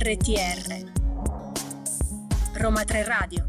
RTR Roma 3 Radio.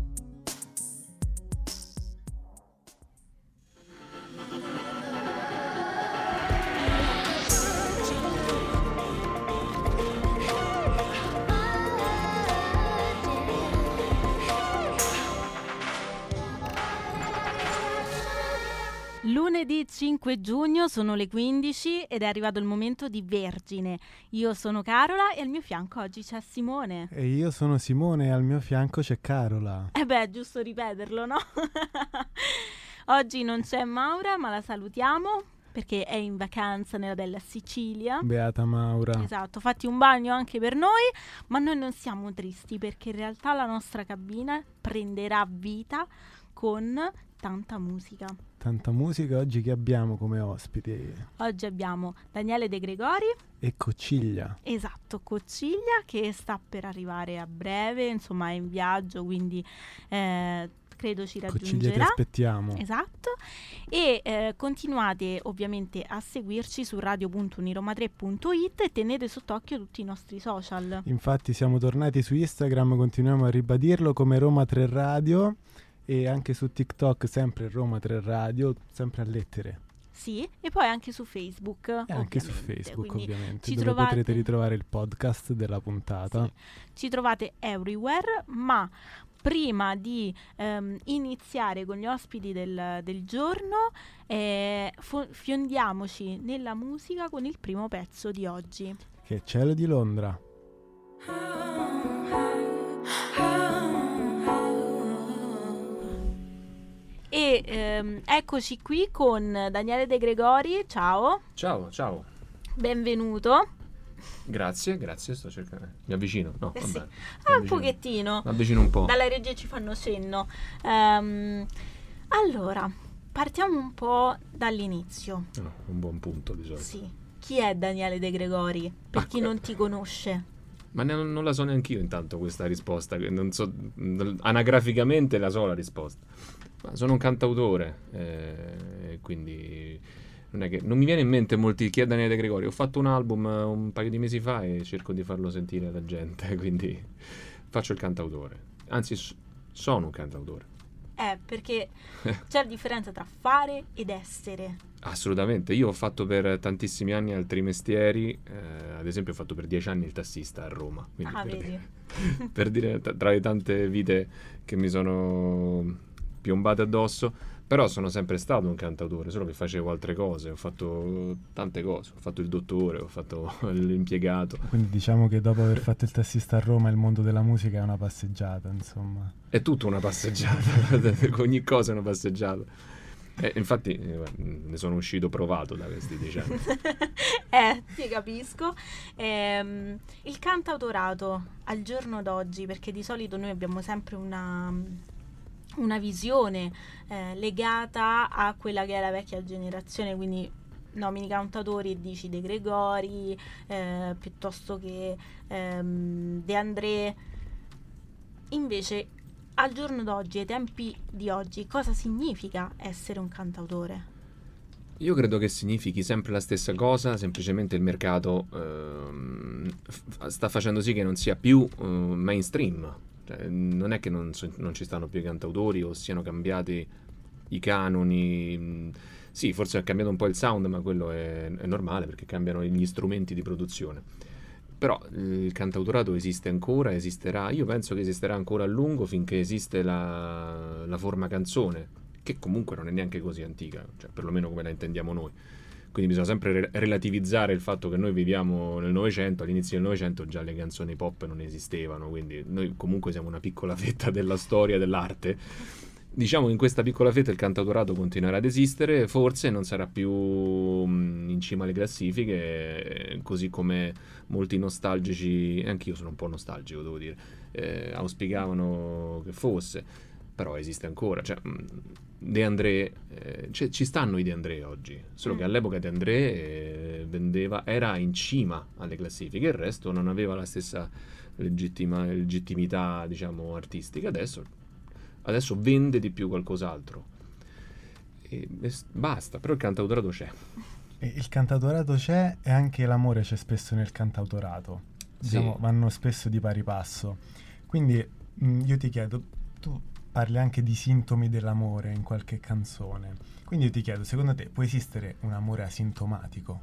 Lunedì 5 giugno sono le 15 ed è arrivato il momento di Vergine. Io sono Carola e al mio fianco oggi c'è Simone. E io sono Simone e al mio fianco c'è Carola. È giusto ripeterlo, no? Oggi non c'è Maura, ma la salutiamo perché è in vacanza nella bella Sicilia. Beata Maura. Esatto, fatti un bagno anche per noi, ma noi non siamo tristi perché in realtà la nostra cabina prenderà vita con tanta musica. Tanta musica. Oggi che abbiamo come ospiti? Oggi abbiamo Daniele De Gregori e Cocciglia. Esatto, Cocciglia che sta per arrivare a breve, insomma è in viaggio, quindi credo ci raggiungerà. Cocciglia, ti aspettiamo. Esatto. E continuate ovviamente a seguirci su radio.uniroma3.it e tenete sott'occhio tutti i nostri social. Infatti siamo tornati su Instagram, continuiamo a ribadirlo come Roma 3 Radio. E anche su TikTok, sempre Roma 3 Radio, sempre a lettere. Sì, e poi anche su Facebook. E anche su Facebook, ovviamente, dove potrete ritrovare il podcast della puntata. Sì. Ci trovate everywhere, ma prima di iniziare con gli ospiti del giorno, fiondiamoci nella musica con il primo pezzo di oggi. Che è Cielo di Londra. E eccoci qui con Daniele De Gregori. Ciao. Ciao. Benvenuto. Grazie, sto cercando. Mi avvicino? No, Sì. vabbè. Un pochettino. Mi avvicino un po'. Dalla regia ci fanno cenno. Allora, partiamo un po' dall'inizio. No, un buon punto di solito. Sì. Chi è Daniele De Gregori? Per chi non ti conosce. Ma non la so neanch'io intanto questa risposta, che non so, anagraficamente la so la risposta. Ma sono un cantautore, quindi non mi viene in mente molti chi è Daniele De Gregori. Ho fatto un album un paio di mesi fa e cerco di farlo sentire alla gente, quindi faccio il cantautore. Anzi, sono un cantautore. Perché c'è la differenza tra fare ed essere. Assolutamente, io ho fatto per tantissimi anni altri mestieri, ad esempio ho fatto per 10 anni il tassista a Roma, quindi vedi. Per dire tra le tante vite che mi sono piombate addosso, però sono sempre stato un cantautore, solo che facevo altre cose, ho fatto tante cose, ho fatto il dottore, ho fatto l'impiegato. Quindi diciamo che dopo aver fatto il tassista a Roma il mondo della musica è una passeggiata, insomma. È tutto una passeggiata, ogni cosa è una passeggiata. Infatti ne sono uscito provato da questi 10 anni. Ti capisco. Il cantautorato al giorno d'oggi, perché di solito noi abbiamo sempre una visione legata a quella che è la vecchia generazione, quindi nomini cantautori e dici De Gregori piuttosto che De André. Invece al giorno d'oggi, ai tempi di oggi, cosa significa essere un cantautore? Io credo che significhi sempre la stessa cosa, semplicemente il mercato sta facendo sì che non sia più mainstream. Cioè, non è che non ci stanno più i cantautori o siano cambiati i canoni. Sì, forse è cambiato un po' il sound, ma quello è normale perché cambiano gli strumenti di produzione. Però il cantautorato esiste ancora, esisterà, io penso che esisterà ancora a lungo finché esiste la forma canzone, che comunque non è neanche così antica, cioè perlomeno come la intendiamo noi. Quindi bisogna sempre relativizzare il fatto che noi viviamo nel Novecento, all'inizio del Novecento già le canzoni pop non esistevano, quindi noi comunque siamo una piccola fetta della storia dell'arte. Diciamo che in questa piccola fetta il cantautorato continuerà ad esistere, forse non sarà più in cima alle classifiche, così come molti nostalgici, anche io sono un po' nostalgico devo dire, auspicavano che fosse, però esiste ancora. Cioè, De André, ci stanno i De André oggi, solo che all'epoca De André era in cima alle classifiche, il resto non aveva la stessa legittimità, diciamo, artistica. Adesso vende di più qualcos'altro e basta, però il cantautorato c'è. E il cantautorato c'è e anche l'amore c'è spesso nel cantautorato. diciamo, Sì. vanno spesso di pari passo. Quindi io ti chiedo, tu parli anche di sintomi dell'amore in qualche canzone. Quindi io ti chiedo, secondo te può esistere un amore asintomatico?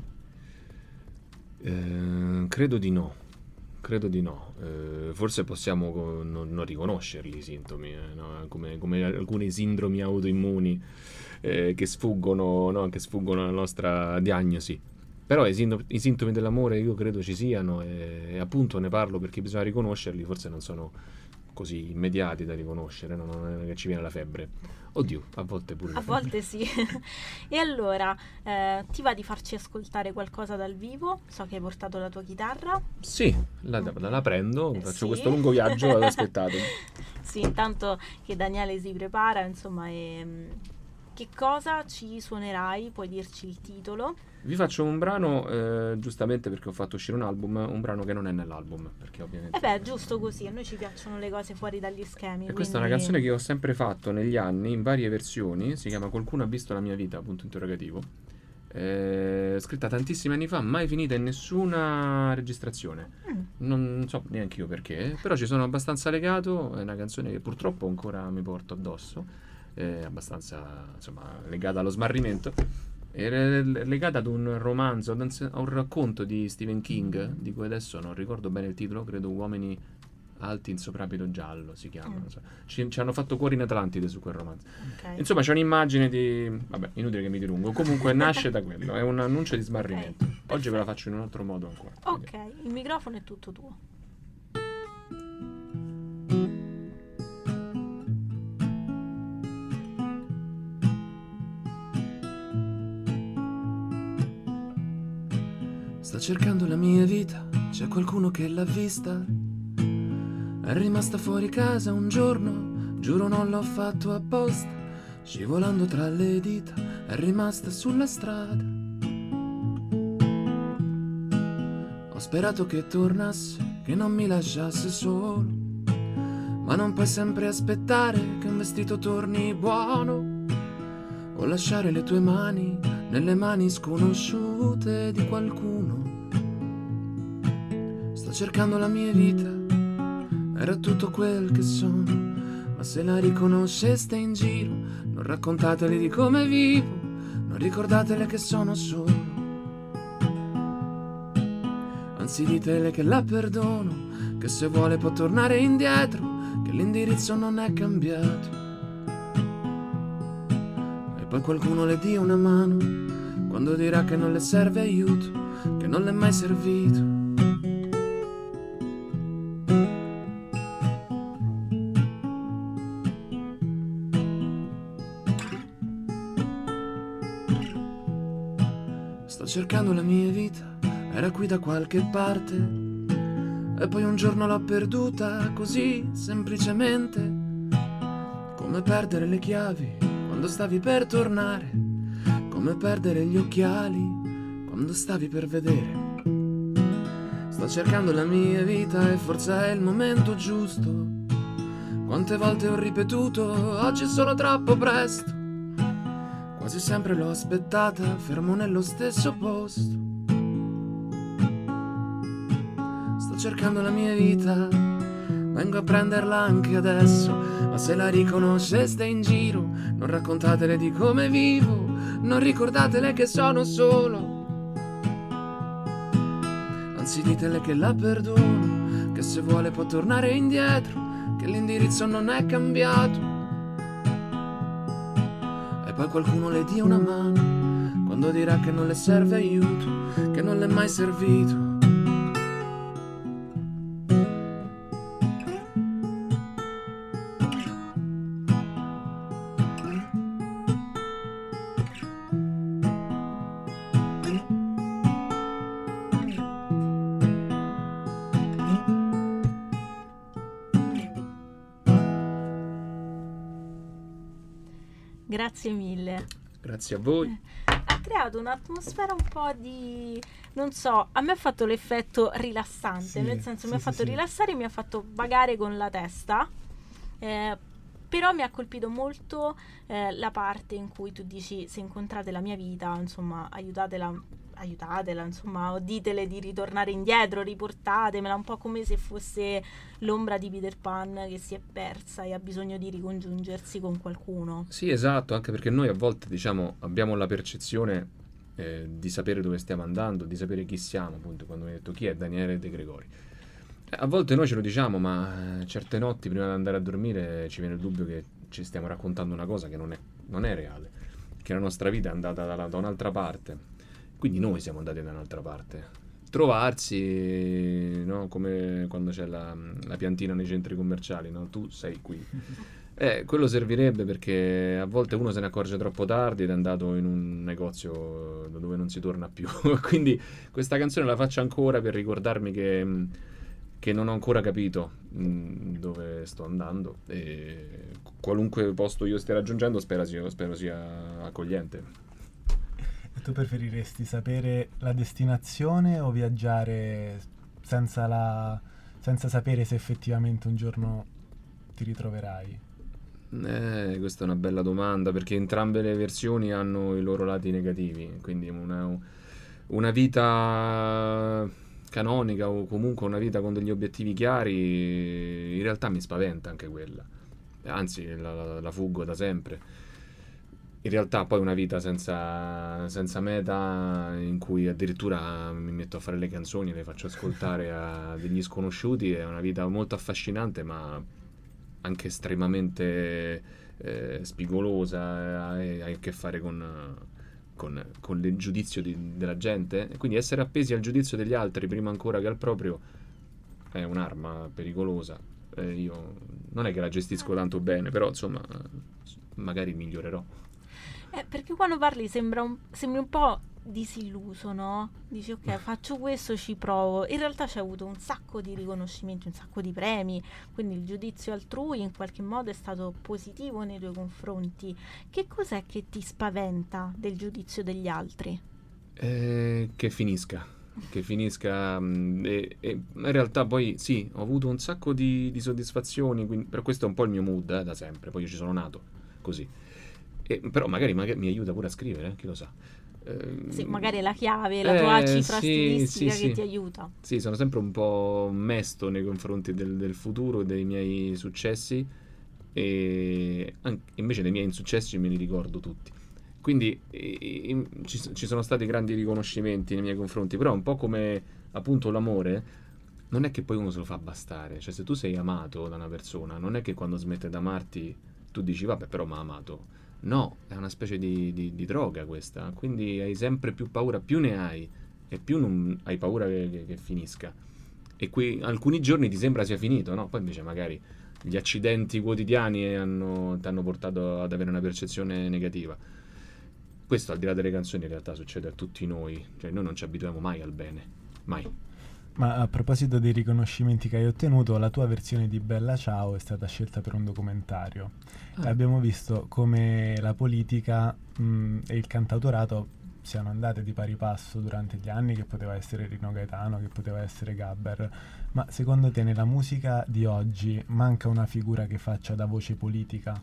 Credo di no. Credo di no. Forse possiamo non riconoscerli i sintomi, no? Come alcune sindromi autoimmuni che sfuggono, no? Che sfuggono alla nostra diagnosi. Però i sintomi dell'amore io credo ci siano e appunto ne parlo perché bisogna riconoscerli, forse non sono così immediati da riconoscere, no? Non è che ci viene la febbre. Oddio, a volte pure A la febbre. volte sì. E allora, ti va di farci ascoltare qualcosa dal vivo? So che hai portato la tua chitarra. Sì, la prendo, faccio Sì. questo lungo viaggio, aspettate. Sì, intanto che Daniele si prepara, insomma, che cosa ci suonerai? Puoi dirci il titolo? Vi faccio un brano, giustamente perché ho fatto uscire un album, un brano che non è nell'album, perché ovviamente... E beh, giusto così, a noi ci piacciono le cose fuori dagli schemi. E questa è una quindi- canzone che ho sempre fatto negli anni, in varie versioni, si chiama Qualcuno ha visto la mia vita, punto interrogativo. Scritta tantissimi anni fa, mai finita in nessuna registrazione. Non so neanche io perché, però ci sono abbastanza legato, è una canzone che purtroppo ancora mi porto addosso, è abbastanza, insomma, legata allo smarrimento. È legata ad un romanzo, a un racconto di Stephen King, di cui adesso non ricordo bene il titolo, credo Uomini alti in soprabito giallo si chiama. Non so. Ci hanno fatto Cuori in Atlantide su quel romanzo. Ok. Insomma, c'è un'immagine di... Vabbè, inutile che mi dilungo. Comunque nasce da quello, è un annuncio di smarrimento. Ok, Oggi ve la faccio in un altro modo ancora. Ok, il microfono è tutto tuo. Sta cercando la mia vita, c'è qualcuno che l'ha vista. È rimasta fuori casa un giorno, giuro non l'ho fatto apposta. Scivolando tra le dita, è rimasta sulla strada. Ho sperato che tornasse, che non mi lasciasse solo. Ma non puoi sempre aspettare che un vestito torni buono. O lasciare le tue mani nelle mani sconosciute di qualcuno. Sto cercando la mia vita, era tutto quel che sono. Ma se la riconosceste in giro, non raccontatele di come vivo, non ricordatele che sono solo. Anzi ditele che la perdono, che se vuole può tornare indietro, che l'indirizzo non è cambiato. Poi qualcuno le dia una mano quando dirà che non le serve aiuto, che non le è mai servito. Sto cercando la mia vita, era qui da qualche parte, e poi un giorno l'ho perduta così semplicemente, come perdere le chiavi quando stavi per tornare, come perdere gli occhiali quando stavi per vedere. Sto cercando la mia vita e forse è il momento giusto. Quante volte ho ripetuto, oggi è solo troppo presto. Quasi sempre l'ho aspettata, fermo nello stesso posto. Sto cercando la mia vita, vengo a prenderla anche adesso. Ma se la riconosceste in giro, non raccontatele di come vivo, non ricordatele che sono solo. Anzi ditele che la perdono, che se vuole può tornare indietro, che l'indirizzo non è cambiato. E poi qualcuno le dia una mano quando dirà che non le serve aiuto, che non le è mai servito. Grazie mille. Grazie a voi. Ha creato un'atmosfera un po' di... non so, a me ha fatto l'effetto rilassante, Sì, nel senso mi sì, ha fatto sì, sì. rilassare, mi ha fatto vagare con la testa, però mi ha colpito molto la parte in cui tu dici se incontrate la mia vita, insomma, aiutatela aiutatela, insomma, o ditele di ritornare indietro, riportatemela, un po' come se fosse l'ombra di Peter Pan che si è persa e ha bisogno di ricongiungersi con qualcuno. Sì, esatto, anche perché noi a volte, diciamo, abbiamo la percezione di sapere dove stiamo andando, di sapere chi siamo, appunto, quando mi hai detto chi è Daniele De Gregori. A volte noi ce lo diciamo, ma certe notti prima di andare a dormire ci viene il dubbio che ci stiamo raccontando una cosa che non è reale, che la nostra vita è andata da un'altra parte. Quindi noi siamo andati da un'altra parte. Trovarsi, no? Come quando c'è la piantina nei centri commerciali, no? Tu sei qui. Quello servirebbe, perché a volte uno se ne accorge troppo tardi ed è andato in un negozio da dove non si torna più. Quindi questa canzone la faccio ancora per ricordarmi che non ho ancora capito dove sto andando, e qualunque posto io stia raggiungendo spero sia accogliente. Tu preferiresti sapere la destinazione o viaggiare senza sapere se effettivamente un giorno ti ritroverai? Questa è una bella domanda, perché entrambe le versioni hanno i loro lati negativi, quindi una vita canonica o comunque una vita con degli obiettivi chiari, in realtà mi spaventa anche quella, anzi la fuggo da sempre. In realtà poi una vita senza meta, in cui addirittura mi metto a fare le canzoni e le faccio ascoltare a degli sconosciuti, è una vita molto affascinante, ma anche estremamente spigolosa, ha a che fare con il giudizio della gente. E quindi essere appesi al giudizio degli altri prima ancora che al proprio è un'arma pericolosa. Io non è che la gestisco tanto bene, però insomma magari migliorerò. Perché quando parli sembri un po' disilluso, no? Dici ok, faccio questo, ci provo. In realtà c'è avuto un sacco di riconoscimenti, un sacco di premi, quindi il giudizio altrui in qualche modo è stato positivo nei tuoi confronti. Che cos'è che ti spaventa del giudizio degli altri? Che finisca. E in realtà poi sì, ho avuto un sacco di soddisfazioni, quindi, per questo è un po' il mio mood da sempre. Poi io ci sono nato così. Però magari mi aiuta pure a scrivere, chi lo sa. Sì, magari la chiave, la tua cifra stilistica sì. che ti aiuta. Sì, sono sempre un po' mesto nei confronti del futuro e dei miei successi, e invece dei miei insuccessi me li ricordo tutti. Quindi ci sono stati grandi riconoscimenti nei miei confronti, però un po' come appunto l'amore, non è che poi uno se lo fa bastare. Cioè, se tu sei amato da una persona, non è che quando smette d'amarti tu dici vabbè, però mi ha amato. No, è una specie di droga questa, quindi hai sempre più paura, più ne hai e più non hai paura che finisca, e qui alcuni giorni ti sembra sia finito, no? Poi invece magari gli accidenti quotidiani ti hanno portato ad avere una percezione negativa. Questo, al di là delle canzoni, in realtà succede a tutti noi, cioè noi non ci abituiamo mai al bene, mai. Ma a proposito dei riconoscimenti che hai ottenuto, la tua versione di Bella Ciao è stata scelta per un documentario. Abbiamo visto come la politica e il cantautorato siano andate di pari passo durante gli anni, che poteva essere Rino Gaetano, che poteva essere Gabber. Ma secondo te nella musica di oggi manca una figura che faccia da voce politica?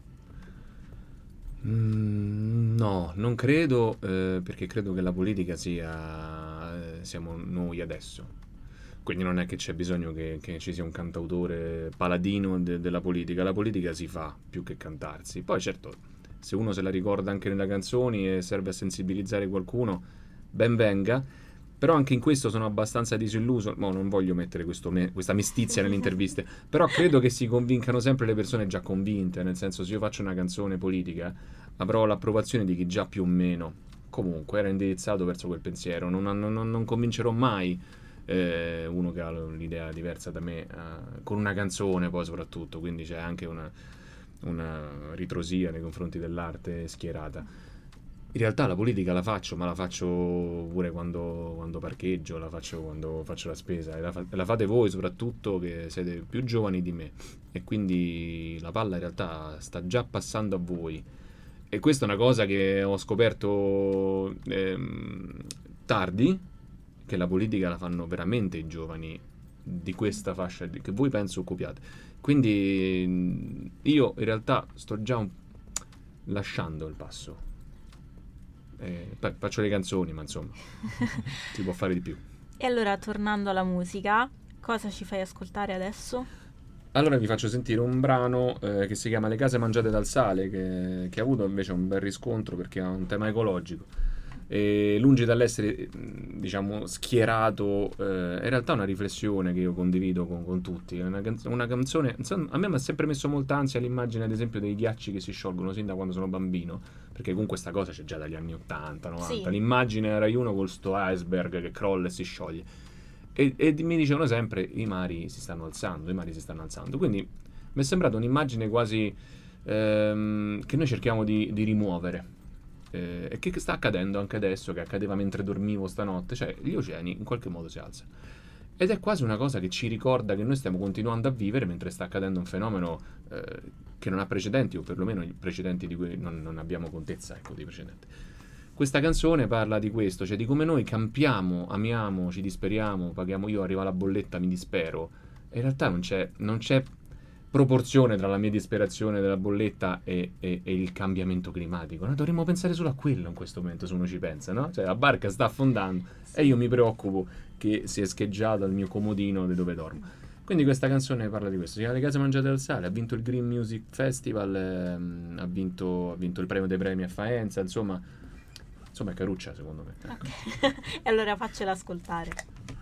No, non credo, perché credo che la politica siamo noi adesso. Quindi non è che c'è bisogno che ci sia un cantautore paladino della politica. La politica si fa più che cantarsi. Poi certo, se uno se la ricorda anche nelle canzoni e serve a sensibilizzare qualcuno, ben venga. Però anche in questo sono abbastanza disilluso. Non voglio mettere questa mestizia nelle interviste, però credo che si convincano sempre le persone già convinte. Nel senso, se io faccio una canzone politica, avrò l'approvazione di chi già più o meno comunque era indirizzato verso quel pensiero. Non convincerò mai uno che ha l'idea diversa da me con una canzone, poi soprattutto. Quindi c'è anche una ritrosia nei confronti dell'arte schierata. In realtà la politica la faccio, ma la faccio pure quando parcheggio, la faccio quando faccio la spesa, e la fate voi soprattutto, che siete più giovani di me, e quindi la palla in realtà sta già passando a voi. E questa è una cosa che ho scoperto tardi, che la politica la fanno veramente i giovani di questa fascia che voi penso occupiate. Quindi io in realtà sto già lasciando il passo. Poi faccio le canzoni, ma insomma, si può fare di più. E allora, tornando alla musica, cosa ci fai ascoltare adesso? Allora vi faccio sentire un brano che si chiama Le case mangiate dal sale, che ha avuto invece un bel riscontro perché ha un tema ecologico. E lungi dall'essere, diciamo, schierato, in realtà è una riflessione che io condivido con tutti. È una canzone, a me mi ha sempre messo molta ansia l'immagine, ad esempio, dei ghiacci che si sciolgono sin da quando sono bambino, perché comunque questa cosa c'è già dagli anni 80, 90. Sì. L'immagine era uno con sto iceberg che crolla e si scioglie. E mi dicevano sempre i mari si stanno alzando. Quindi mi è sembrata un'immagine quasi che noi cerchiamo di rimuovere. E che sta accadendo anche adesso, che accadeva mentre dormivo stanotte, cioè gli oceani in qualche modo si alzano. Ed è quasi una cosa che ci ricorda che noi stiamo continuando a vivere mentre sta accadendo un fenomeno che non ha precedenti, o perlomeno i precedenti di cui non abbiamo contezza, ecco, dei precedenti. Questa canzone parla di questo, cioè di come noi campiamo, amiamo, ci disperiamo, paghiamo, io arriva la bolletta, mi dispero, e in realtà non c'è proporzione tra la mia disperazione della bolletta e il cambiamento climatico. Noi dovremmo pensare solo a quello in questo momento, se uno ci pensa, no? Cioè la barca sta affondando e io mi preoccupo che si è scheggiato al mio comodino di dove dormo. Quindi questa canzone parla di questo, si chiama Le case mangiate dal sale, ha vinto il Green Music Festival, ha vinto il premio dei premi a Faenza, insomma è caruccia secondo me. Ecco. Okay. E allora faccela ascoltare.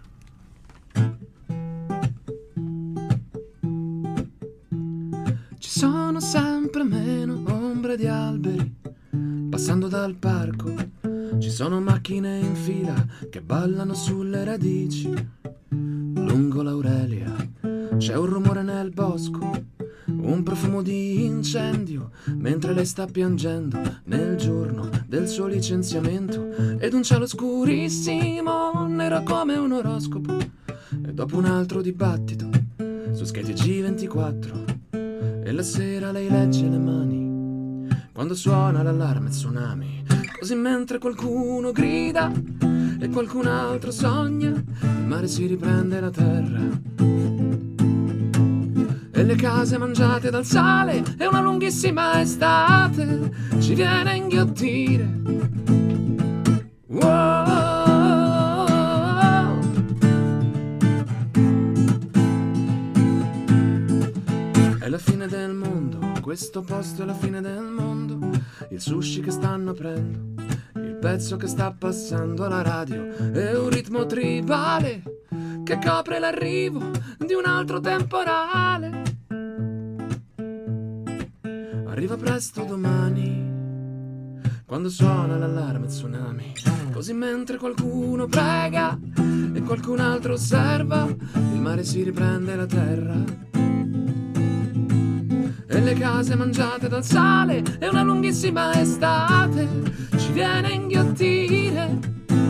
Ci sono sempre meno ombre di alberi passando dal parco. Ci sono macchine in fila che ballano sulle radici. Lungo l'Aurelia c'è un rumore nel bosco, un profumo di incendio mentre lei sta piangendo nel giorno del suo licenziamento. Ed un cielo scurissimo, nero come un oroscopo. E dopo un altro dibattito su Schede G24, e la sera lei legge le mani quando suona l'allarme tsunami. Così mentre qualcuno grida e qualcun altro sogna, il mare si riprende la terra e le case mangiate dal sale, e una lunghissima estate ci viene a inghiottire. Wow. È la fine del mondo, questo posto è la fine del mondo. Il sushi che stanno aprendo, il pezzo che sta passando alla radio, è un ritmo tribale che copre l'arrivo di un altro temporale. Arriva presto domani, quando suona l'allarme tsunami. Così mentre qualcuno prega e qualcun altro osserva, il mare si riprende la terra e le case mangiate dal sale, e una lunghissima estate ci viene a inghiottire.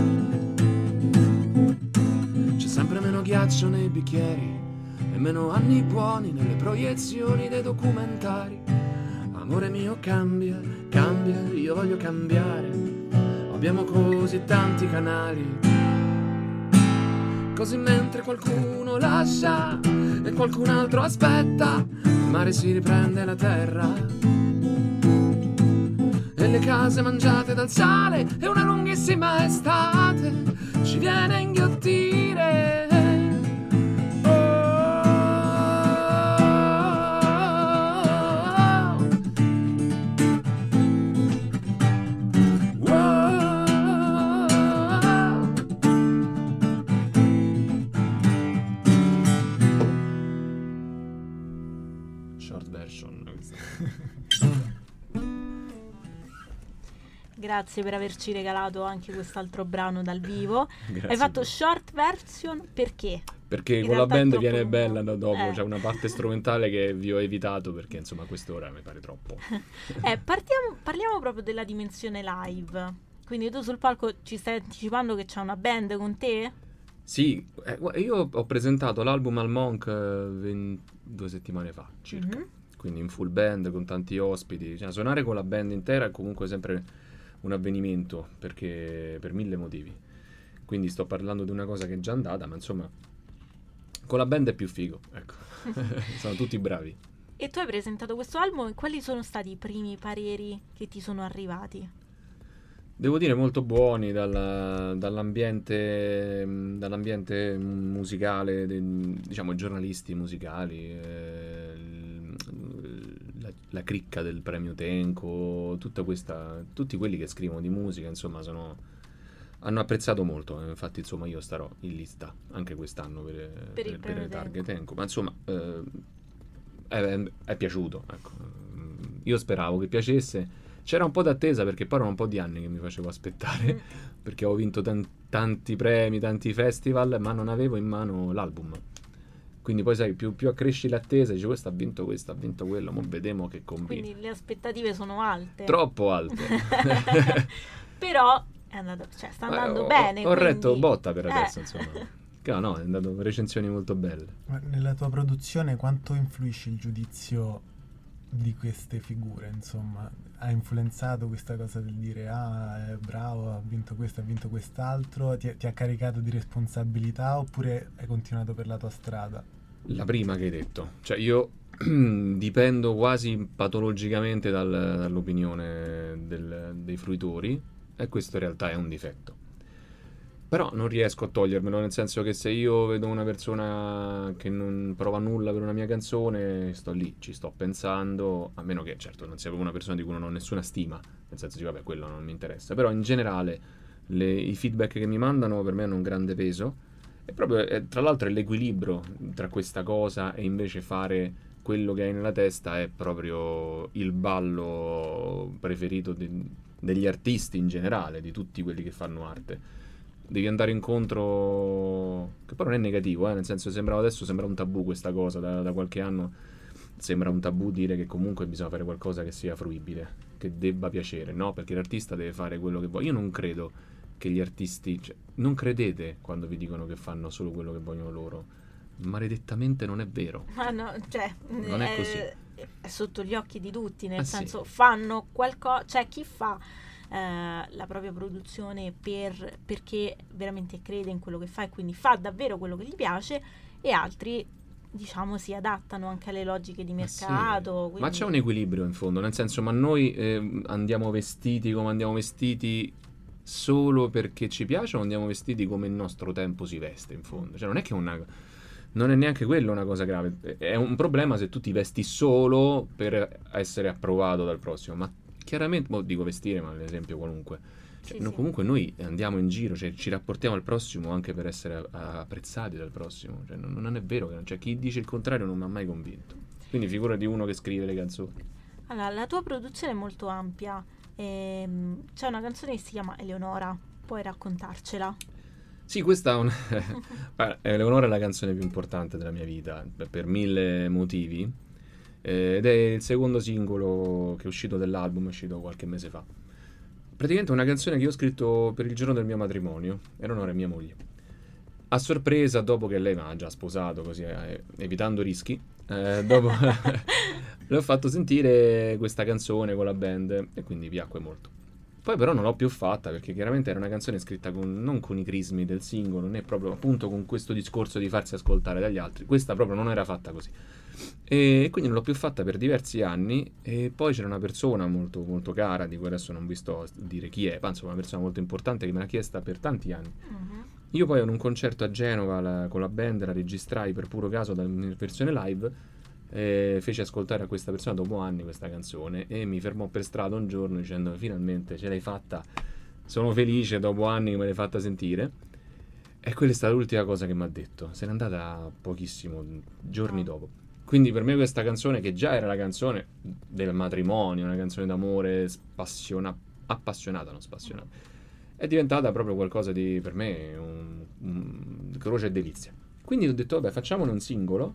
C'è sempre meno ghiaccio nei bicchieri e meno anni buoni nelle proiezioni dei documentari. Amore mio, cambia, cambia, io voglio cambiare. Abbiamo così tanti canali. Così mentre qualcuno lascia e qualcun altro aspetta, il mare si riprende la terra e le case mangiate dal sale, e una lunghissima estate ci viene a inghiottire. Grazie per averci regalato anche quest'altro brano dal vivo. Grazie. Hai fatto short version perché? Perché In con la realtà è band troppo viene lungo. bella da dopo, c'è una parte strumentale che vi ho evitato perché insomma a quest'ora mi pare troppo. Parliamo proprio della dimensione live. Quindi tu sul palco ci stai anticipando che c'è una band con te? Sì, io ho presentato l'album al Monk 2 settimane fa circa, Mhm. quindi in full band con tanti ospiti, cioè, suonare con la band intera è comunque sempre un avvenimento perché per 1000 motivi, quindi sto parlando di una cosa che è già andata, ma insomma con la band è più figo, ecco. Sono tutti bravi. E tu hai presentato questo album, e quali sono stati i primi pareri che ti sono arrivati? Devo dire molto buoni dall'ambiente musicale, diciamo giornalisti musicali, la cricca del premio Tenco, tutti quelli che scrivono di musica, insomma, hanno apprezzato molto. Infatti, insomma, io starò in lista anche quest'anno per le targhe Tenco, ma insomma è piaciuto, ecco. Io speravo che piacesse. C'era un po' d'attesa perché poi erano un po' di anni che mi facevo aspettare, perché ho vinto tanti premi, tanti festival, ma non avevo in mano l'album. Quindi poi sai, più accresci l'attesa, dici questo ha vinto quello, mo vediamo che combina. Quindi le aspettative sono alte. Troppo alte. Però sta andando bene. Ho retto quindi... botta per adesso, insomma. No, è andato recensioni molto belle. Ma nella tua produzione quanto influisce il giudizio di queste figure, insomma? Ha influenzato questa cosa del dire è bravo, ha vinto questo, ha vinto quest'altro, ti ha caricato di responsabilità oppure hai continuato per la tua strada? La prima che hai detto, cioè io dipendo quasi patologicamente dall'opinione dei fruitori, e questo in realtà è un difetto. Però non riesco a togliermelo, nel senso che se io vedo una persona che non prova nulla per una mia canzone, sto lì, ci sto pensando, a meno che certo non sia una persona di cui non ho nessuna stima, nel senso che vabbè, quello non mi interessa, però in generale i feedback che mi mandano per me hanno un grande peso, e proprio tra l'altro è l'equilibrio tra questa cosa e invece fare quello che hai nella testa è proprio il ballo preferito degli artisti in generale, di tutti quelli che fanno arte. Devi andare incontro, che poi non è negativo, nel senso adesso sembra un tabù questa cosa, da qualche anno sembra un tabù dire che comunque bisogna fare qualcosa che sia fruibile, che debba piacere, no? Perché l'artista deve fare quello che vuole. Io non credo che gli artisti, non credete quando vi dicono che fanno solo quello che vogliono loro, maledettamente non è vero. Ma no, non è così. È sotto gli occhi di tutti, nel senso sì. Fanno qualcosa, c'è chi fa la propria produzione perché veramente crede in quello che fa e quindi fa davvero quello che gli piace, e altri diciamo si adattano anche alle logiche di mercato. Sì. Quindi... Ma c'è un equilibrio in fondo, nel senso, ma noi andiamo vestiti come andiamo vestiti solo perché ci piace, o andiamo vestiti come il nostro tempo si veste in fondo? Cioè non è che non è neanche quello una cosa grave, è un problema se tu ti vesti solo per essere approvato dal prossimo, ma chiaramente, dico vestire, ma l'esempio qualunque, cioè, sì. Comunque noi andiamo in giro, cioè, ci rapportiamo al prossimo anche per essere apprezzati dal prossimo, cioè, non è vero che cioè, chi dice il contrario non mi ha mai convinto, quindi figurati uno che scrive le canzoni. Allora, la tua produzione è molto ampia, c'è una canzone che si chiama Eleonora, puoi raccontarcela? Sì, questa Eleonora è la canzone più importante della mia vita per 1000 motivi, ed è il secondo singolo che è uscito dell'album, è uscito qualche mese fa. Praticamente è una canzone che io ho scritto per il giorno del mio matrimonio. Eleonora è mia moglie. A sorpresa, dopo che lei mi ha già sposato, così evitando rischi, dopo le ho fatto sentire questa canzone con la band e quindi piacque molto. Poi però non l'ho più fatta perché chiaramente era una canzone scritta non con i crismi del singolo, né proprio appunto con questo discorso di farsi ascoltare dagli altri. Questa proprio non era fatta così. E quindi non l'ho più fatta per diversi anni, e poi c'era una persona molto, molto cara, di cui adesso non vi sto a dire chi è, ma insomma una persona molto importante che me l'ha chiesta per tanti anni. Io poi in un concerto a Genova con la band la registrai per puro caso in versione live, feci ascoltare a questa persona dopo anni questa canzone e mi fermò per strada un giorno dicendo: finalmente ce l'hai fatta, sono felice dopo anni che me l'hai fatta sentire. E quella è stata l'ultima cosa che mi ha detto, se n'è andata pochissimo giorni dopo. Quindi per me questa canzone, che già era la canzone del matrimonio, una canzone d'amore appassionata, non spassionata, è diventata proprio qualcosa di, per me, un croce e delizia. Quindi ho detto, vabbè, facciamone un singolo,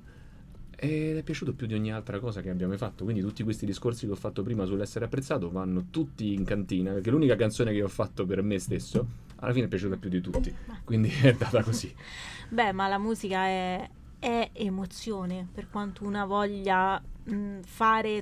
ed è piaciuto più di ogni altra cosa che abbiamo fatto. Quindi tutti questi discorsi che ho fatto prima sull'essere apprezzato vanno tutti in cantina, perché l'unica canzone che ho fatto per me stesso alla fine è piaciuta più di tutti, quindi è andata così. Beh, ma la musica è emozione, per quanto una voglia fare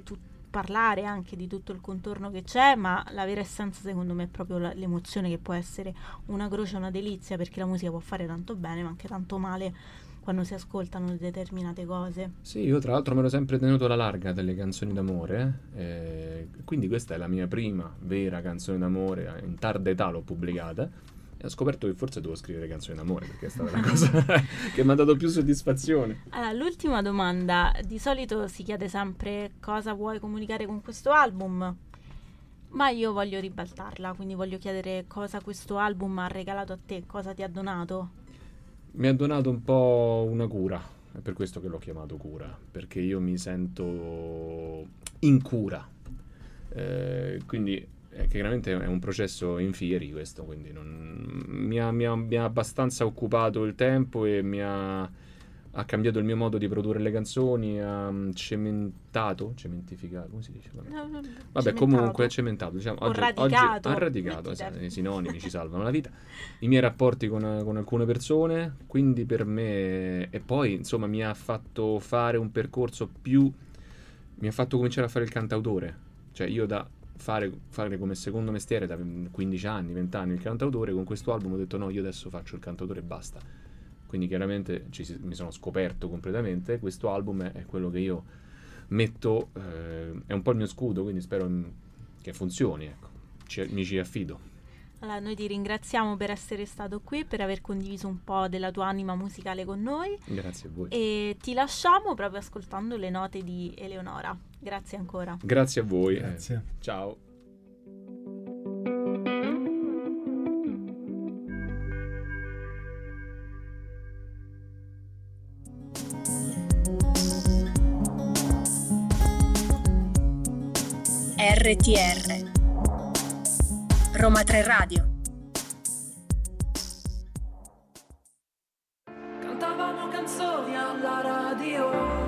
parlare anche di tutto il contorno che c'è, ma la vera essenza secondo me è proprio l'emozione, che può essere una croce, una delizia, perché la musica può fare tanto bene ma anche tanto male quando si ascoltano determinate cose. Sì, io tra l'altro me l'ho sempre tenuto alla larga delle canzoni d'amore, quindi questa è la mia prima vera canzone d'amore, in tarda età l'ho pubblicata e ho scoperto che forse devo scrivere canzoni d'amore, perché è stata la cosa che mi ha dato più soddisfazione. Allora, l'ultima domanda, di solito si chiede sempre cosa vuoi comunicare con questo album, ma io voglio ribaltarla, quindi voglio chiedere cosa questo album ha regalato a te, cosa ti ha donato. Mi ha donato un po' una cura, è per questo che l'ho chiamato cura, perché io mi sento in cura, quindi chiaramente è un processo in fieri questo, quindi mi ha abbastanza occupato il tempo e ha cambiato il mio modo di produrre le canzoni, ha cementificato, come si dice? Vabbè, comunque cementato, diciamo, oggi ha radicato, i sinonimi ci salvano la vita, i miei rapporti con alcune persone, quindi per me, e poi insomma mi ha fatto fare un percorso mi ha fatto cominciare a fare il cantautore, cioè io da fare come secondo mestiere da 15 anni, 20 anni il cantautore, con questo album ho detto no, io adesso faccio il cantautore e basta. Quindi chiaramente mi sono scoperto completamente. Questo album è quello che io metto, è un po' il mio scudo, quindi spero che funzioni, ecco. Mi ci affido. Allora, noi ti ringraziamo per essere stato qui, per aver condiviso un po' della tua anima musicale con noi. Grazie a voi. E ti lasciamo proprio ascoltando le note di Eleonora. Grazie ancora. Grazie a voi. Grazie. Ciao. RTR Roma 3 Radio. Cantavamo canzoni alla radio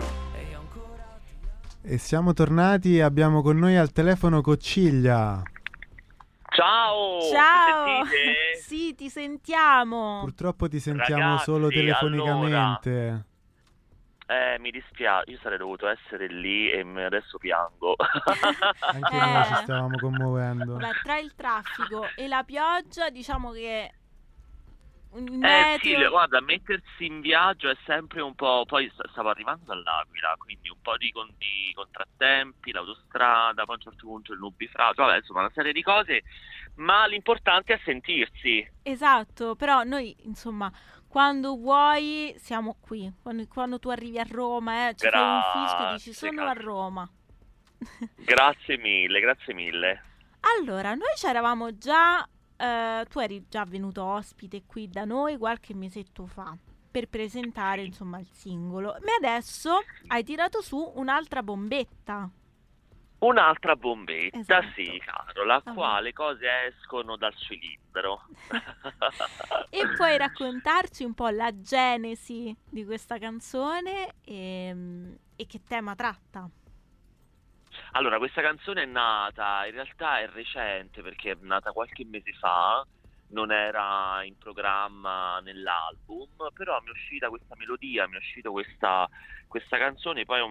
E siamo tornati, abbiamo con noi al telefono Cocciglia. Ciao! Ciao! Mi sentite? Sì, ti sentiamo. Purtroppo ti sentiamo Ragazzi, solo telefonicamente. Mi dispiace, io sarei dovuto essere lì e adesso piango. Anche noi ci stavamo commuovendo. Beh, tra il traffico e la pioggia, diciamo che un Sì, meteo... guarda, mettersi in viaggio è sempre un po'. Poi stavo arrivando dall'Aquila, quindi un po' di contrattempi, l'autostrada, poi a un certo punto il nubifragio, vabbè, insomma, una serie di cose, ma l'importante è sentirsi. Esatto, però noi, insomma, quando vuoi siamo qui. Quando tu arrivi a Roma, ci fai un fischio e dici sono a grazie. Roma. Grazie mille, grazie mille. Allora, noi c'eravamo già, tu eri già venuto ospite qui da noi qualche mesetto fa per presentare, insomma, il singolo. Ma adesso hai tirato su un'altra bombetta. Un'altra bombetta, Esatto. sì, Carola, Vabbè. qua le cose escono dal cilindro. E puoi raccontarci un po' la genesi di questa canzone e che tema tratta? Allora, questa canzone è nata, in realtà è recente perché è nata qualche mese fa, non era in programma nell'album, però mi è uscita questa melodia, mi è uscita questa canzone, poi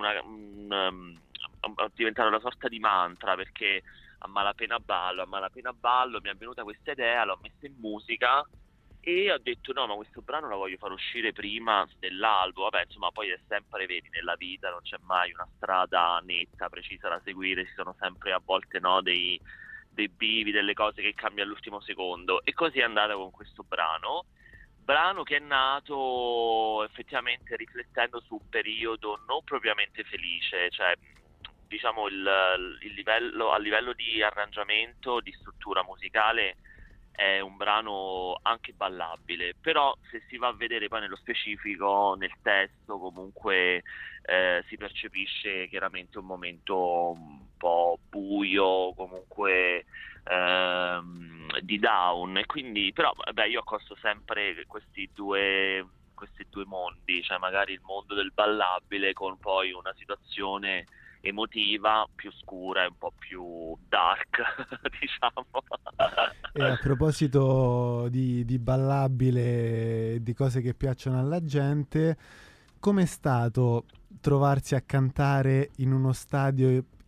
è diventata una sorta di mantra perché a malapena ballo, mi è venuta questa idea, l'ho messa in musica e ho detto no, ma questo brano lo voglio far uscire prima dell'album. Vabbè, insomma, poi è sempre, vedi, nella vita non c'è mai una strada netta, precisa da seguire, ci sono sempre a volte dei bivi, delle cose che cambiano all'ultimo secondo, e così è andata con questo brano che è nato effettivamente riflettendo su un periodo non propriamente felice, cioè diciamo il livello, a livello di arrangiamento, di struttura musicale è un brano anche ballabile, però se si va a vedere poi nello specifico, nel testo comunque si percepisce chiaramente un momento un po' buio, comunque di down, e quindi però vabbè, io accosto sempre questi due mondi, cioè magari il mondo del ballabile con poi una situazione emotiva più scura e un po' più dark, diciamo. E a proposito di ballabile e di cose che piacciono alla gente, com'è stato trovarsi a cantare in uno stadio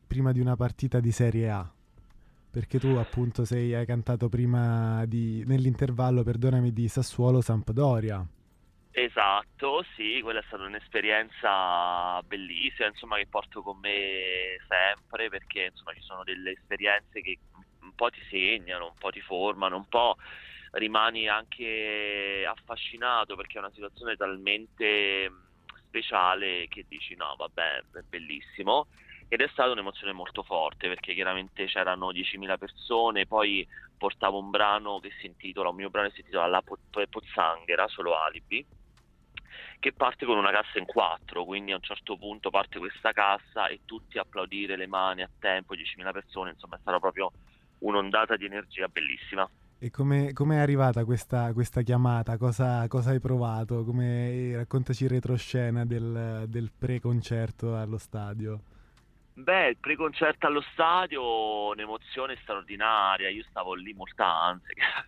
prima di una partita di Serie A? Perché tu appunto hai cantato nell'intervallo, perdonami, di Sassuolo-Sampdoria. Esatto, sì, quella è stata un'esperienza bellissima, insomma, che porto con me sempre, perché insomma ci sono delle esperienze che un po' ti segnano, un po' ti formano, un po' rimani anche affascinato, perché è una situazione talmente speciale che dici no, vabbè, è bellissimo. Ed è stata un'emozione molto forte, perché chiaramente c'erano 10.000 persone, poi portavo un brano che si intitola, un mio brano che si intitola La Pozzanghera, solo alibi, che parte con una cassa in 4, quindi a un certo punto parte questa cassa e tutti applaudire, le mani a tempo, 10.000 persone, insomma è stata proprio un'ondata di energia bellissima. E come è arrivata questa chiamata? Cosa hai provato? Raccontaci il retroscena del pre-concerto allo stadio. Beh, il pre-concerto allo stadio, un'emozione straordinaria, io stavo lì molta ansia,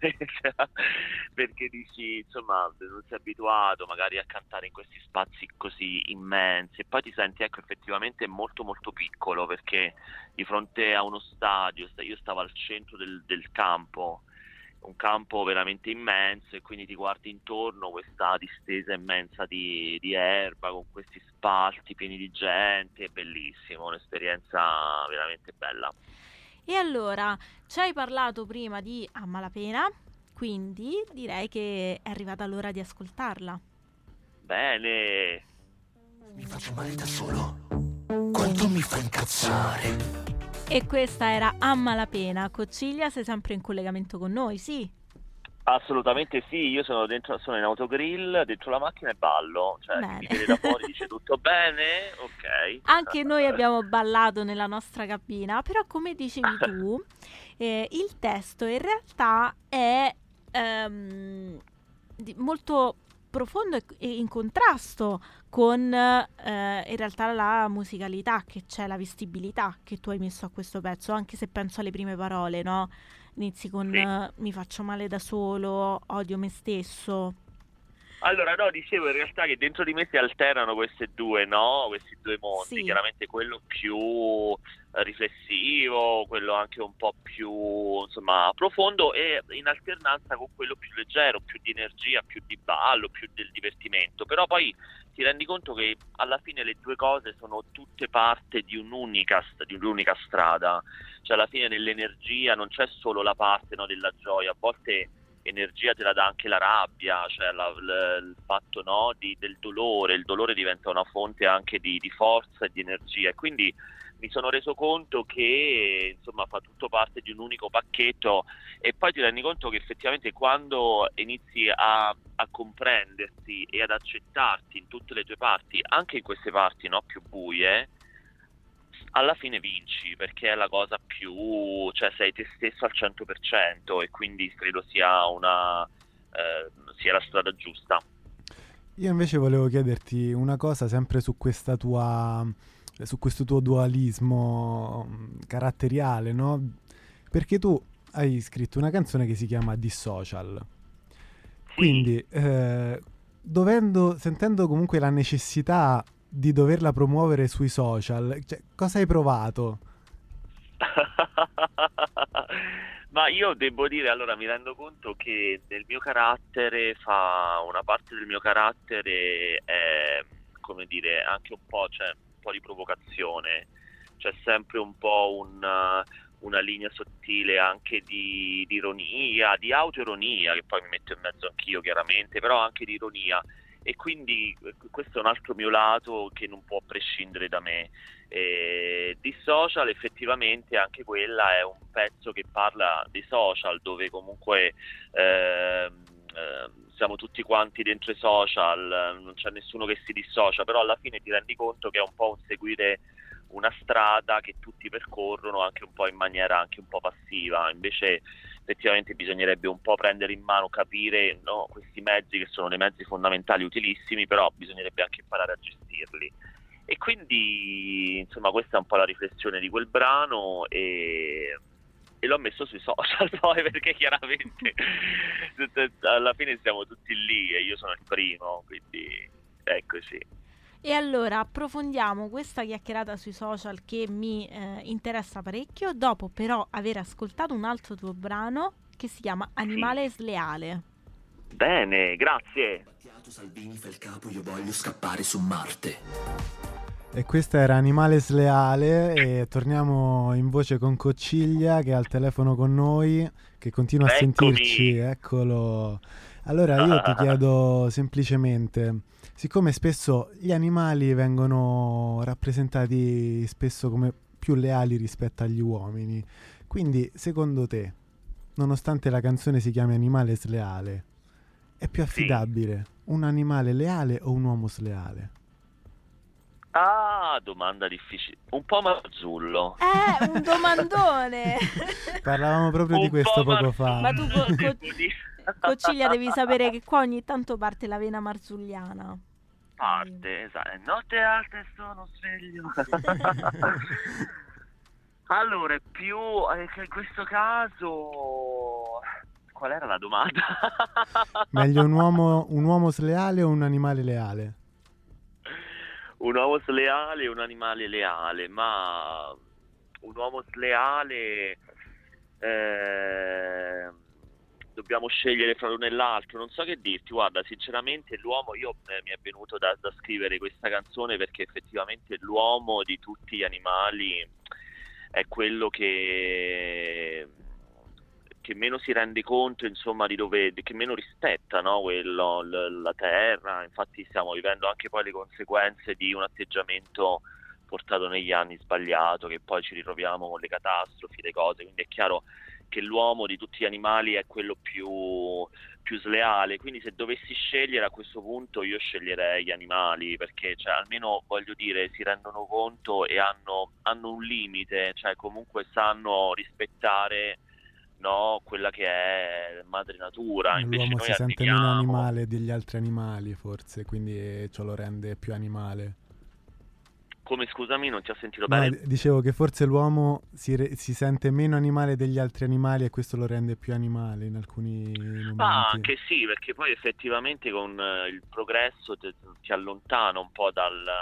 perché dici, insomma, non sei abituato magari a cantare in questi spazi così immensi, e poi ti senti, ecco, effettivamente molto molto piccolo, perché di fronte a uno stadio, io stavo al centro del campo, un campo veramente immenso, e quindi ti guardi intorno, questa distesa immensa di erba con questi spalti pieni di gente, è bellissimo, un'esperienza veramente bella. E allora, ci hai parlato prima di A Malapena, quindi direi che è arrivata l'ora di ascoltarla. Bene. Mi faccio male da solo quando mi fa incazzare. E questa era A Malapena. Cociglia, sei sempre in collegamento con noi, sì? Assolutamente sì, io sono in autogrill, dentro la macchina e ballo, cioè chi mi vede da fuori dice tutto bene, ok. Anche noi abbiamo ballato nella nostra cabina, però come dicevi tu, il testo in realtà è molto profondo e in contrasto con in realtà la musicalità che c'è, la vestibilità che tu hai messo a questo pezzo, anche se penso alle prime parole, no? Inizi con sì. mi faccio male da solo, odio me stesso. Allora, no, dicevo in realtà che dentro di me si alternano questi due mondi, Sì. Chiaramente quello più riflessivo, quello anche un po' più, insomma, profondo, e in alternanza con quello più leggero, più di energia, più di ballo, più del divertimento. Però poi ti rendi conto che alla fine le due cose sono tutte parte di un'unica strada, cioè alla fine nell'energia non c'è solo la parte, no, della gioia, a volte energia te la dà anche la rabbia, cioè il fatto, no, del dolore. Il dolore diventa una fonte anche di forza e di energia, e quindi mi sono reso conto che insomma fa tutto parte di un unico pacchetto, e poi ti rendi conto che effettivamente quando inizi a comprenderti e ad accettarti in tutte le tue parti, anche in queste parti, no, più buie, alla fine vinci, perché è la cosa più, cioè sei te stesso al 100%, e quindi credo sia sia la strada giusta. Io invece volevo chiederti una cosa sempre su questo tuo dualismo caratteriale, no? Perché tu hai scritto una canzone che si chiama Dissocial. Sì. Quindi sentendo comunque la necessità di doverla promuovere sui social, cioè, cosa hai provato? Ma io devo dire, allora mi rendo conto che nel mio carattere una parte del mio carattere è, come dire, anche un po', cioè, un po' di provocazione, c'è sempre un po' una linea sottile anche di ironia, di autoironia, che poi mi metto in mezzo anch'io chiaramente, però anche di ironia. E quindi questo è un altro mio lato che non può prescindere da me. Di social, effettivamente anche quella è un pezzo che parla dei social, dove comunque siamo tutti quanti dentro i social, non c'è nessuno che si dissocia, però alla fine ti rendi conto che è un po' un seguire una strada che tutti percorrono anche un po' in maniera anche un po' passiva. Invece effettivamente bisognerebbe un po' prendere in mano, capire, no, questi mezzi che sono dei mezzi fondamentali, utilissimi, però bisognerebbe anche imparare a gestirli. E quindi insomma questa è un po' la riflessione di quel brano, e l'ho messo sui social poi, perché chiaramente alla fine siamo tutti lì e io sono il primo, quindi ecco, sì. E allora approfondiamo questa chiacchierata sui social che mi interessa parecchio, dopo però aver ascoltato un altro tuo brano che si chiama Animale Sleale. Bene, grazie. Salvini fa il capo, io voglio scappare su Marte. E questa era Animale Sleale e torniamo in voce con Cocciglia che è al telefono con noi, che continua a sentirci, eccolo. Allora io ti chiedo semplicemente, siccome spesso gli animali vengono rappresentati spesso come più leali rispetto agli uomini, quindi secondo te, nonostante la canzone si chiami Animale Sleale, è più affidabile un animale leale o un uomo sleale? Ah, domanda difficile. Un po' Marzullo. Un domandone! Parlavamo proprio di questo poco fa. Ma tu, Cocciglia, devi sapere che qua ogni tanto parte la vena marzulliana. Parte, esatto. Notte alte sono sveglio. Allora, è più che in questo caso... Qual era la domanda? Meglio un uomo sleale o un animale leale? Un uomo sleale e un animale leale, ma un uomo sleale dobbiamo scegliere fra l'uno e l'altro, non so che dirti. Guarda, sinceramente l'uomo, mi è venuto da scrivere questa canzone perché effettivamente l'uomo di tutti gli animali è quello che meno si rende conto, insomma, che meno rispetta, no? La terra. Infatti stiamo vivendo anche poi le conseguenze di un atteggiamento portato negli anni sbagliato, che poi ci ritroviamo con le catastrofi, le cose. Quindi è chiaro che l'uomo di tutti gli animali è quello più sleale, quindi se dovessi scegliere a questo punto io sceglierei gli animali, perché cioè, almeno, voglio dire, si rendono conto e hanno un limite, cioè comunque sanno rispettare, no, quella che è madre natura. Invece l'uomo noi si sente meno animale degli altri animali, forse, quindi ciò lo rende più animale. Come, scusami, non ti ho sentito No, bene? dicevo che forse l'uomo si sente meno animale degli altri animali e questo lo rende più animale in alcuni momenti. Ah, anche sì, perché poi effettivamente con il progresso ti allontana un po'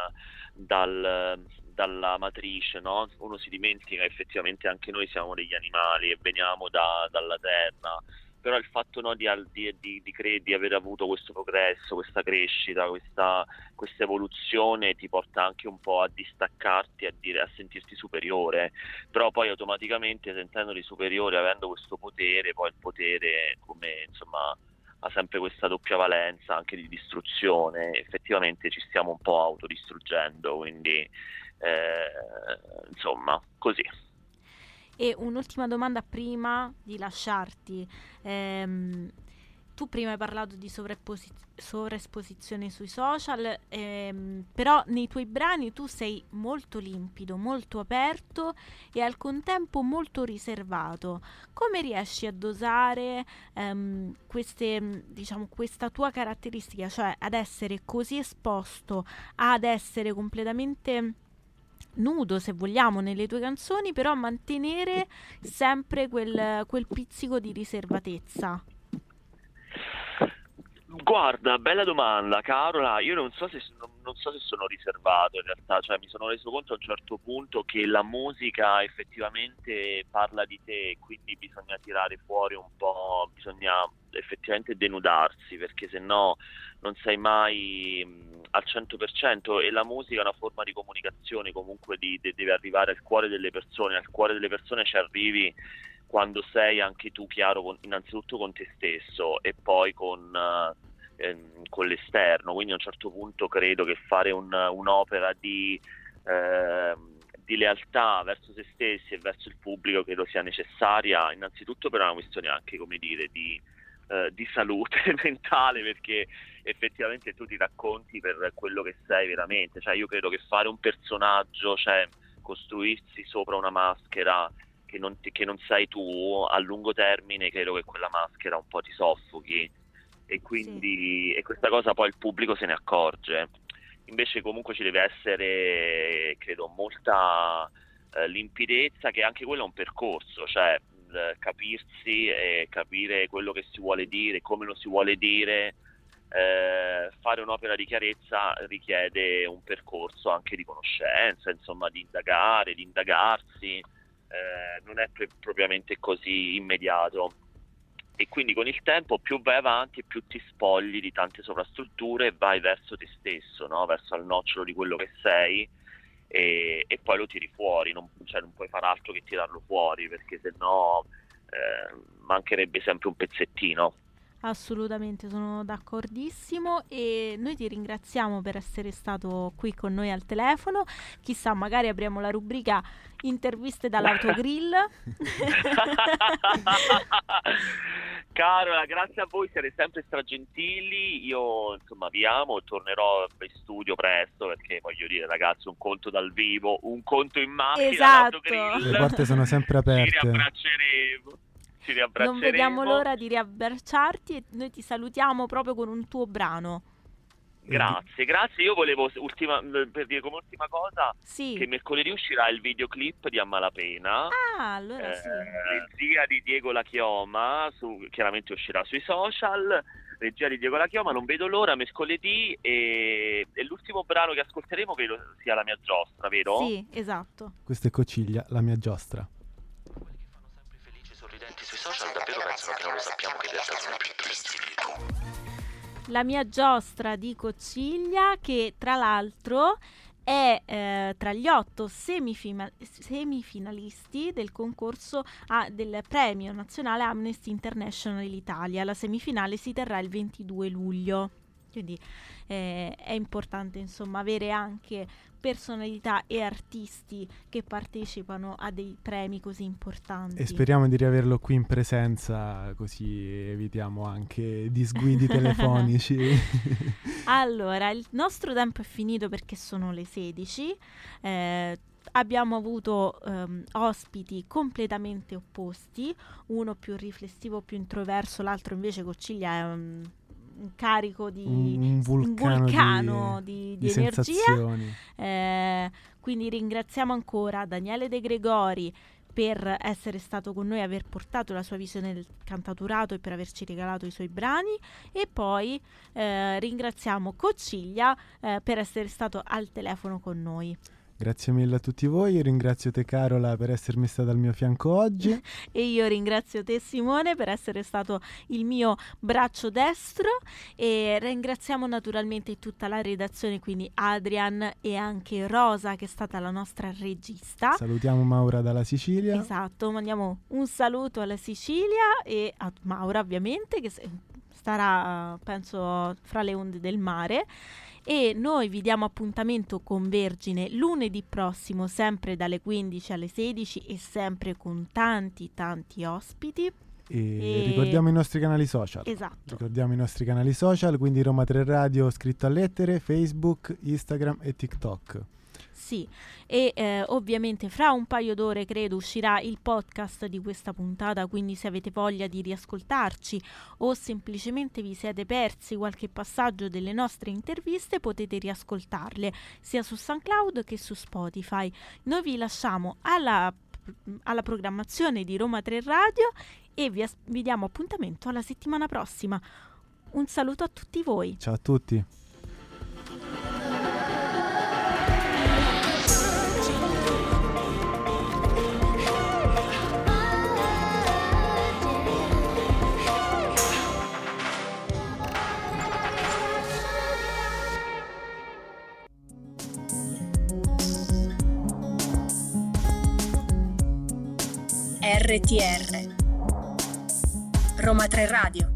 dalla matrice, no? Uno si dimentica effettivamente anche noi siamo degli animali e veniamo dalla terra, però il fatto, no, di aver avuto questo progresso, questa crescita, questa evoluzione ti porta anche un po' a distaccarti, a sentirti superiore, però poi automaticamente sentendoti superiore, avendo questo potere, poi il potere, come insomma ha sempre questa doppia valenza anche di distruzione, effettivamente ci stiamo un po' autodistruggendo, quindi insomma, così. E un'ultima domanda prima di lasciarti. Tu prima hai parlato di sovraesposizione sui social, però nei tuoi brani tu sei molto limpido, molto aperto e al contempo molto riservato. Come riesci a dosare questa tua caratteristica, cioè ad essere così esposto, ad essere completamente nudo, se vogliamo, nelle tue canzoni, però mantenere sempre quel pizzico di riservatezza? Guarda, bella domanda, Carola. Io non so se sono riservato in realtà, cioè mi sono reso conto a un certo punto che la musica effettivamente parla di te, quindi bisogna tirare fuori un po', bisogna effettivamente denudarsi, perché se no non sei mai al 100%, e la musica è una forma di comunicazione, comunque deve arrivare al cuore delle persone ci arrivi quando sei anche tu chiaro innanzitutto con te stesso e poi con l'esterno. Quindi a un certo punto credo che fare un'opera di lealtà verso se stessi e verso il pubblico credo sia necessaria, innanzitutto per una questione anche, come dire, di salute mentale, perché effettivamente tu ti racconti per quello che sei veramente. Cioè io credo che fare un personaggio, cioè costruirsi sopra una maschera che non sei tu, a lungo termine credo che quella maschera un po' ti soffochi, e quindi sì. E questa cosa poi il pubblico se ne accorge. Invece comunque ci deve essere, credo, molta limpidezza, che anche quello è un percorso, cioè capirsi e capire quello che si vuole dire, come lo si vuole dire, fare fare un'opera di chiarezza richiede un percorso anche di conoscenza, insomma, di indagare, di indagarsi, non è propriamente così immediato. E quindi con il tempo più vai avanti e più ti spogli di tante sovrastrutture e vai verso te stesso, no? Verso il nocciolo di quello che sei, e poi lo tiri fuori, non puoi fare altro che tirarlo fuori, perché sennò mancherebbe sempre un pezzettino. Assolutamente, sono d'accordissimo, e noi ti ringraziamo per essere stato qui con noi al telefono. Chissà, magari apriamo la rubrica interviste dall'autogrill. Carola, grazie a voi, siete sempre stragentili. Io insomma vi amo, tornerò in studio presto, perché voglio dire, ragazzi, un conto dal vivo, un conto in macchina, esatto. Le porte sono sempre aperte. Ci riabbracceremo. Non vediamo l'ora di riabbracciarti, e noi ti salutiamo proprio con un tuo brano. Grazie. Io volevo per dire come ultima cosa, sì, che mercoledì uscirà il videoclip di A Malapena. Allora sì. Regia di Diego La Chioma, chiaramente uscirà sui social. Regia di Diego La Chioma, non vedo l'ora, mercoledì, e l'ultimo brano che ascolteremo credo sia La mia giostra, vero? Sì, esatto. Questa è Cociglia, La mia giostra. Quelli che fanno sempre felici sorridenti sui social davvero pensano che non lo sappiamo che in realtà sono più tristi di tu. La mia giostra di Cociglia, che tra l'altro è tra gli 8 semifinalisti del concorso del premio nazionale Amnesty International Italia. La semifinale si terrà il 22 luglio. Quindi è importante, insomma, avere anche personalità e artisti che partecipano a dei premi così importanti. E speriamo di riaverlo qui in presenza, così evitiamo anche disguidi telefonici. Allora, il nostro tempo è finito perché sono le 16. Abbiamo avuto ospiti completamente opposti, uno più riflessivo, più introverso, l'altro invece Cociglia è un carico di un vulcano di energia. Quindi ringraziamo ancora Daniele De Gregori per essere stato con noi, aver portato la sua visione del cantautorato e per averci regalato i suoi brani, e poi ringraziamo Cociglia per essere stato al telefono con noi. Grazie mille a tutti voi, io ringrazio te Carola per essermi stata al mio fianco oggi. E io ringrazio te Simone per essere stato il mio braccio destro, e ringraziamo naturalmente tutta la redazione, quindi Adrian e anche Rosa, che è stata la nostra regista. Salutiamo Maura dalla Sicilia. Esatto, mandiamo un saluto alla Sicilia e a Maura ovviamente, che starà penso fra le onde del mare. E noi vi diamo appuntamento con Vergine lunedì prossimo, sempre dalle 15 alle 16 e sempre con tanti ospiti. E ricordiamo i nostri canali social. Esatto. Ricordiamo i nostri canali social, quindi Roma 3 Radio scritto a lettere, Facebook, Instagram e TikTok. Sì, e ovviamente fra un paio d'ore credo uscirà il podcast di questa puntata, quindi se avete voglia di riascoltarci o semplicemente vi siete persi qualche passaggio delle nostre interviste, potete riascoltarle sia su SoundCloud che su Spotify. Noi vi lasciamo alla programmazione di Roma 3 Radio e vi diamo appuntamento alla settimana prossima. Un saluto a tutti voi. Ciao a tutti. RTR Roma 3 Radio.